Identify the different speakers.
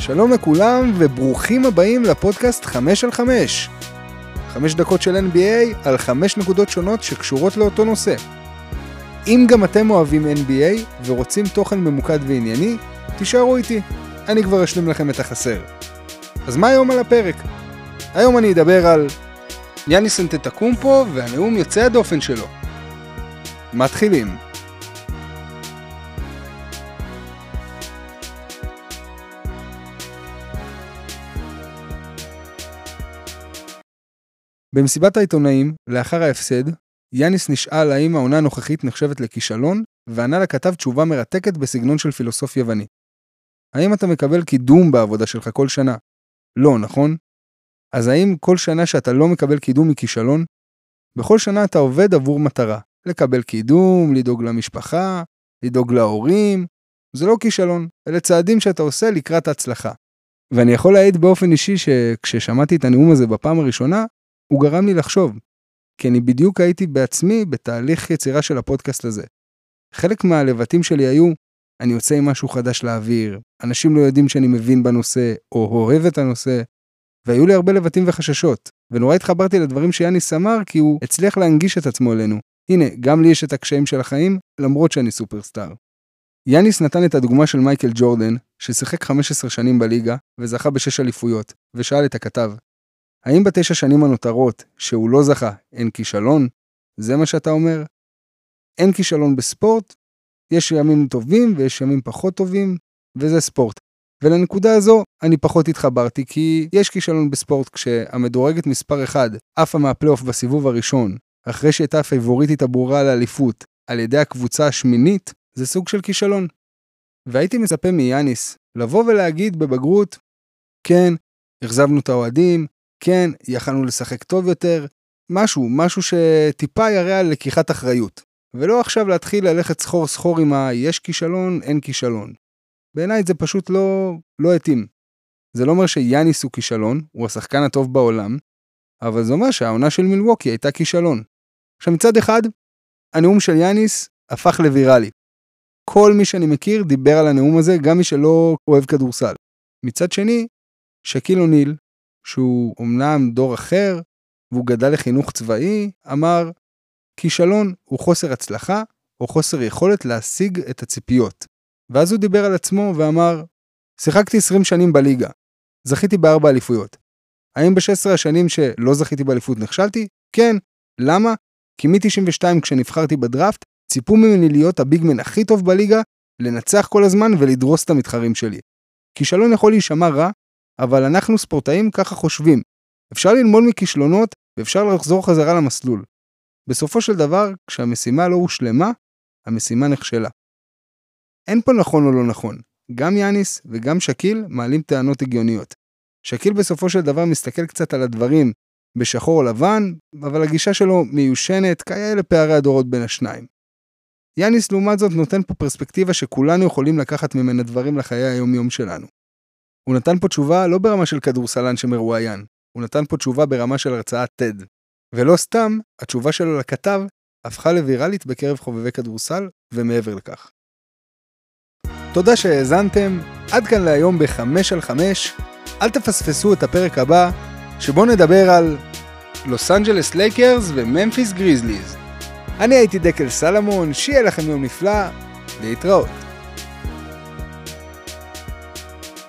Speaker 1: שלום לכולם וברוכים הבאים לפודקאסט 5 על 5. 5 דקות של NBA על 5 נקודות שונות שקשורות לאותו נושא. אם גם אתם אוהבים NBA ורוצים תוכן ממוקד וענייני, תישארו איתי, אני כבר אשלים לכם את החסר. אז מה היום על הפרק? היום אני אדבר על יאניס אנטטוקומפו והנאום יוצא הדופן שלו. מתחילים. במסיבת העיתונאים, לאחר ההפסד, יאניס נשאל האם העונה הנוכחית נחשבת לכישלון, וענה לכתב תשובה מרתקת בסגנון של פילוסוף יווני. האם אתה מקבל קידום בעבודה שלך כל שנה? לא, נכון? אז האם כל שנה שאתה לא מקבל קידום מכישלון? בכל שנה אתה עובד עבור מטרה. לקבל קידום, לדאוג למשפחה, לדאוג להורים. זה לא כישלון, אלה צעדים שאתה עושה לקראת ההצלחה. ואני יכול להעיד באופן אישי שכששמעתי את הנאום הזה בפעם הראשונה, הוא גרם לי לחשוב, כי אני בדיוק הייתי בעצמי בתהליך יצירה של הפודקאסט הזה. חלק מהלבטים שלי היו, אני יוצא עם משהו חדש לאוויר, אנשים לא יודעים שאני מבין בנושא, או אוהב את הנושא, והיו לי הרבה לבטים וחששות, ונורא התחברתי לדברים שיאניס אמר, כי הוא הצליח להנגיש את עצמו אלינו. הנה, גם לי יש את הקשיים של החיים, למרות שאני סופרסטאר. יאניס נתן את הדוגמה של מייקל ג'ורדן, ששיחק 15 שנים בליגה, וזכה ב6 אליפויות, ושאל את הכתב, האם ב9 שנים הנותרות שהוא לא זכה אין כישלון? זה מה שאתה אומר? אין כישלון בספורט, יש ימים טובים ויש ימים פחות טובים, וזה ספורט. ולנקודה הזו אני פחות התחברתי, כי יש כישלון בספורט כשהמדורגת מספר 1 עפה מהפלייאוף בסיבוב הראשון, אחרי שהייתה הפייבוריטית הברורה לאליפות על ידי הקבוצה השמינית, זה סוג של כישלון. והייתי מצפה מיאניס לבוא ולהגיד בבגרות, כן, החזבנו את האוהדים, כן, יכלנו לשחק טוב יותר, משהו שטיפה יראה על לקיחת אחריות. ולא עכשיו להתחיל ללכת סחור עם יש כישלון, אין כישלון. בעיניי זה פשוט לא התאים. זה לא אומר שיאניס הוא כישלון, הוא השחקן הטוב בעולם, אבל זה אומר שהעונה של מילווקי הייתה כישלון. עכשיו מצד אחד, הנאום של יאניס הפך לוויראלי. כל מי שאני מכיר דיבר על הנאום הזה, גם מי שלא אוהב כדורסל. מצד שני, שקיל אוניל, שהוא אומנם דור אחר, והוא גדל לחינוך צבאי, אמר, כישלון הוא חוסר הצלחה, או חוסר יכולת להשיג את הציפיות. ואז הוא דיבר על עצמו ואמר, שיחקתי 20 שנים בליגה, זכיתי ב4 אליפויות. האם ב16 השנים שלא זכיתי באליפות נכשלתי? כן. למה? כי מ-92 כשנבחרתי בדראפט, ציפו ממני להיות הביגמן הכי טוב בליגה, לנצח כל הזמן ולדרוס את המתחרים שלי. כישלון יכול להישמע רע, אבל אנחנו ספורטאים ככה חושבים. אפשר ללמוד מכישלונות ואפשר לחזור חזרה למסלול. בסופו של דבר, כשהמשימה לא הושלמה, המשימה נכשלה. אין פה נכון או לא נכון. גם יאניס וגם שקיל מעלים טענות הגיוניות. שקיל בסופו של דבר מסתכל קצת על הדברים בשחור או לבן, אבל הגישה שלו מיושנת, כאלה פערי הדורות בין השניים. יאניס לעומת זאת נותן פה פרספקטיבה שכולנו יכולים לקחת ממנה דברים לחיי היום-יום שלנו. הוא נתן פה תשובה לא ברמה של כדורסלן שמרואיין, הוא נתן פה תשובה ברמה של הרצאת TED. ולא סתם, התשובה שלו לכתב הפכה לוויראלית בקרב חובבי כדורסל ומעבר לכך. תודה שהאזנתם, עד כאן להיום ב5 על 5, אל תפספסו את הפרק הבא, שבו נדבר על לוס אנג'לס לייקרס וממפיס גריזליז. אני הייתי דקל סלמון, שיהיה לכם יום נפלא, להתראות.